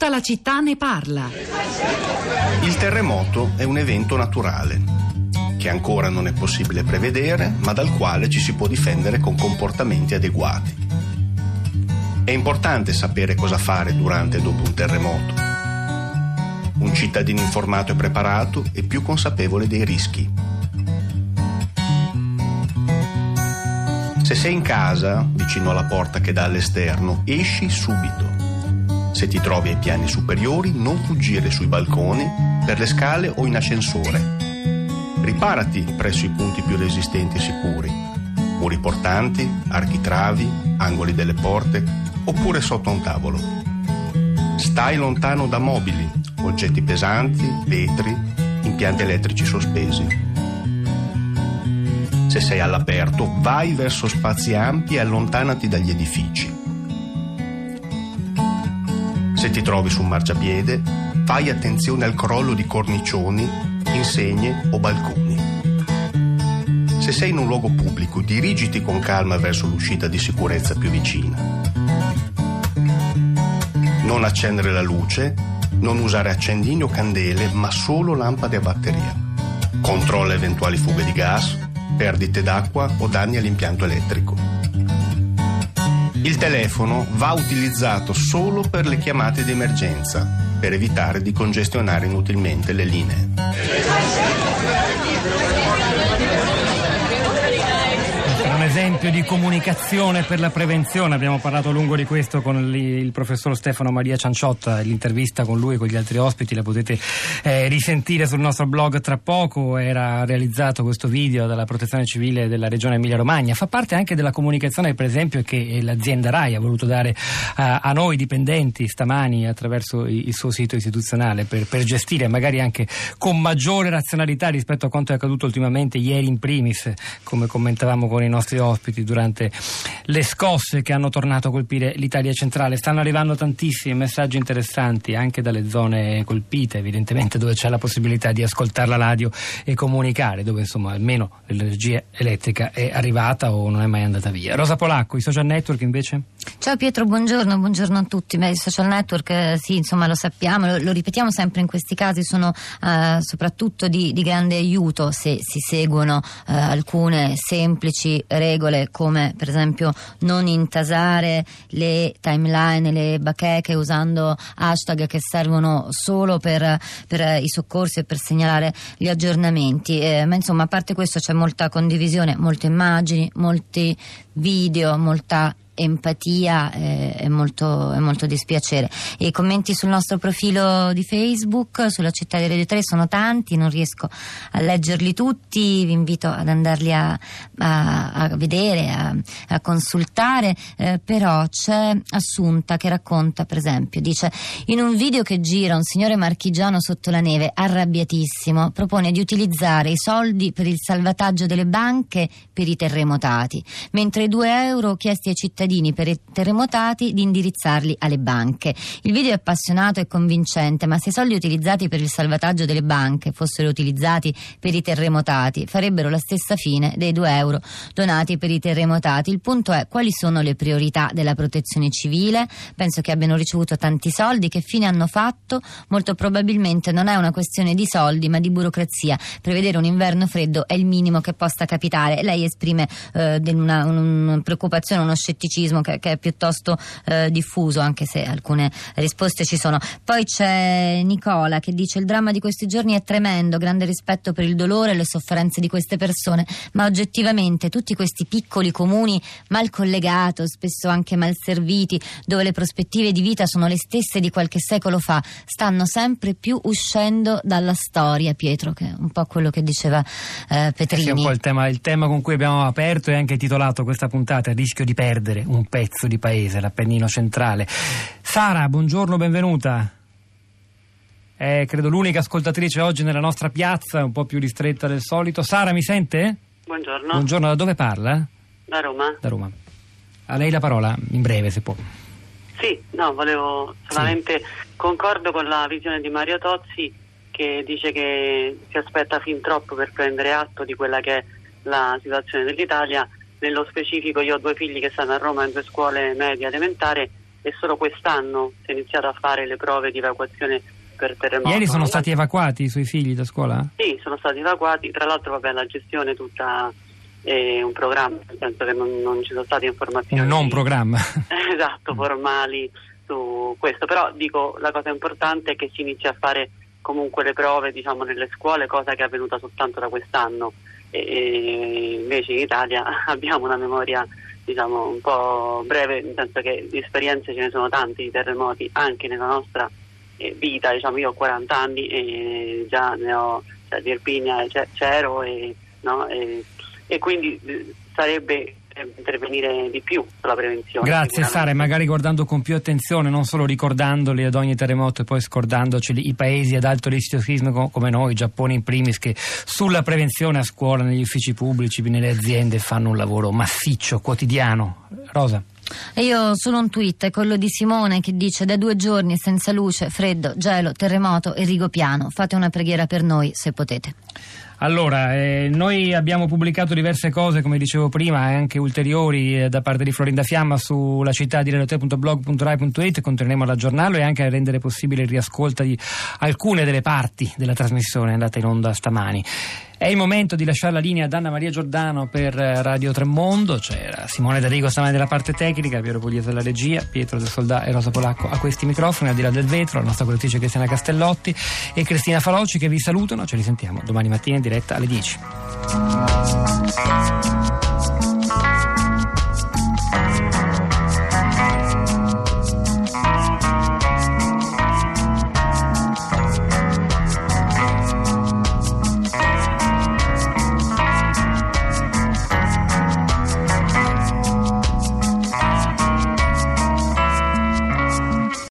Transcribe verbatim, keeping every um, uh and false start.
Tutta la città ne parla. Il terremoto è un evento naturale che ancora non è possibile prevedere, ma dal quale ci si può difendere con comportamenti adeguati. È importante sapere cosa fare durante e dopo un terremoto. Un cittadino informato e preparato è più consapevole dei rischi. Se sei in casa, vicino alla porta che dà all'esterno, esci subito. Se ti trovi ai piani superiori, non fuggire sui balconi, per le scale o in ascensore. Riparati presso i punti più resistenti e sicuri. Muri portanti, architravi, angoli delle porte, oppure sotto un tavolo. Stai lontano da mobili, oggetti pesanti, vetri, impianti elettrici sospesi. Se sei all'aperto, vai verso spazi ampi e allontanati dagli edifici. Se ti trovi su un marciapiede, fai attenzione al crollo di cornicioni, insegne o balconi. Se sei in un luogo pubblico, dirigiti con calma verso l'uscita di sicurezza più vicina. Non accendere la luce, non usare accendini o candele, ma solo lampade a batteria. Controlla eventuali fughe di gas, perdite d'acqua o danni all'impianto elettrico. Il telefono va utilizzato solo per le chiamate di emergenza, per evitare di congestionare inutilmente le linee. Un esempio di comunicazione per la prevenzione, abbiamo parlato a lungo di questo con il, il professor Stefano Maria Cianciotta, l'intervista con lui e con gli altri ospiti la potete eh, risentire sul nostro blog tra poco. Era realizzato questo video dalla Protezione Civile della Regione Emilia Romagna, fa parte anche della comunicazione per esempio che l'azienda RAI ha voluto dare a, a noi dipendenti stamani attraverso il, il suo sito istituzionale per, per gestire magari anche con maggiore razionalità rispetto a quanto è accaduto ultimamente, ieri in primis, come commentavamo con i nostri ospiti durante le scosse che hanno tornato a colpire l'Italia centrale. Stanno arrivando tantissimi messaggi interessanti anche dalle zone colpite, evidentemente dove c'è la possibilità di ascoltare la radio e comunicare, dove insomma almeno l'energia elettrica è arrivata o non è mai andata via. Rosa Polacco, i social network invece? Ciao Pietro, buongiorno, buongiorno a tutti. Beh, i social network eh, sì, insomma lo sappiamo, lo, lo ripetiamo sempre in questi casi, sono eh, soprattutto di, di grande aiuto se si seguono eh, alcune semplici regole, come per esempio non intasare le timeline, le bacheche usando hashtag che servono solo per, per i soccorsi e per segnalare gli aggiornamenti, eh, ma insomma a parte questo c'è molta condivisione, molte immagini, molti video, molta empatia e eh, molto, molto dispiacere. E i commenti sul nostro profilo di Facebook, sulla Città di Radio tre, sono tanti, non riesco a leggerli tutti, vi invito ad andarli a, a, a vedere, a, a consultare, eh, però c'è Assunta che racconta, per esempio, dice: in un video che gira un signore marchigiano sotto la neve, arrabbiatissimo, propone di utilizzare i soldi per il salvataggio delle banche per i terremotati, mentre i due euro chiesti ai cittadini per i terremotati di indirizzarli alle banche. Il video è appassionato e convincente, ma se i soldi utilizzati per il salvataggio delle banche fossero utilizzati per i terremotati, farebbero la stessa fine dei due euro donati per i terremotati. Il punto è: quali sono le priorità della protezione civile? Penso che abbiano ricevuto tanti soldi, che fine hanno fatto? Molto probabilmente non è una questione di soldi, ma di burocrazia. Prevedere un inverno freddo è il minimo che possa capitare. Lei esprime eh, una, una preoccupazione, uno scetticismo Che, che è piuttosto eh, diffuso, anche se alcune risposte ci sono. Poi c'è Nicola che dice: il dramma di questi giorni è tremendo, grande rispetto per il dolore e le sofferenze di queste persone, ma oggettivamente tutti questi piccoli comuni mal collegati, spesso anche mal serviti, dove le prospettive di vita sono le stesse di qualche secolo fa, stanno sempre più uscendo dalla storia. Pietro, che è un po' quello che diceva eh, Petrini. Sì, un po' il tema, il tema con cui abbiamo aperto e anche titolato questa puntata: il rischio di perdere un pezzo di paese, l'Appennino centrale. Sara, buongiorno, benvenuta. È credo l'unica ascoltatrice oggi nella nostra piazza, un po' più ristretta del solito. Sara, mi sente? Buongiorno. Buongiorno, da dove parla? Da Roma. Da Roma. A lei la parola, in breve se può. Sì, no, volevo solamente sì. Concordo con la visione di Mario Tozzi, che dice che si aspetta fin troppo per prendere atto di quella che è la situazione dell'Italia. Nello specifico io ho due figli che stanno a Roma in due scuole medie elementari e solo quest'anno si è iniziato a fare le prove di evacuazione per terremoto. Ieri sono stati evacuati i suoi figli da scuola? Sì, sono stati evacuati, tra l'altro vabbè, la gestione tutta è un programma, nel senso che non, non ci sono state informazioni. Un non programma. Esatto, formali su questo, però dico la cosa importante è che si inizi a fare comunque le prove, diciamo, nelle scuole, cosa che è avvenuta soltanto da quest'anno, e, e invece in Italia abbiamo una memoria, diciamo, un po' breve, nel senso che di esperienze ce ne sono tanti di terremoti anche nella nostra eh, vita, diciamo. Io ho quaranta anni e già ne ho, cioè di Irpinia c'ero e, no, e, e quindi eh, sarebbe intervenire di più sulla prevenzione. Grazie Sara, e magari guardando con più attenzione, non solo ricordandoli ad ogni terremoto e poi scordandoci i paesi ad alto rischio sismico come noi, Giappone in primis, che sulla prevenzione a scuola, negli uffici pubblici, nelle aziende fanno un lavoro massiccio, quotidiano. Rosa? E io solo un tweet, quello di Simone, che dice: da due giorni senza luce, freddo, gelo, terremoto e rigopiano, fate una preghiera per noi se potete. Allora, eh, noi abbiamo pubblicato diverse cose, come dicevo prima, e anche ulteriori eh, da parte di Florinda Fiamma sulla città di radio tre punto blog punto rai punto it. Continueremo ad aggiornarlo e anche a rendere possibile il riascolto di alcune delle parti della trasmissione andata in onda stamani. È il momento di lasciare la linea ad Anna Maria Giordano per Radio Tremondo. C'era Simone D'Arrigo stamani della parte tecnica, Piero Pugliese alla regia, Pietro del Soldà e Rosa Polacco a questi microfoni, al di là del vetro, la nostra curatrice Cristiana Castellotti e Cristina Falocci che vi salutano. Ci risentiamo domani mattina in diretta alle dieci.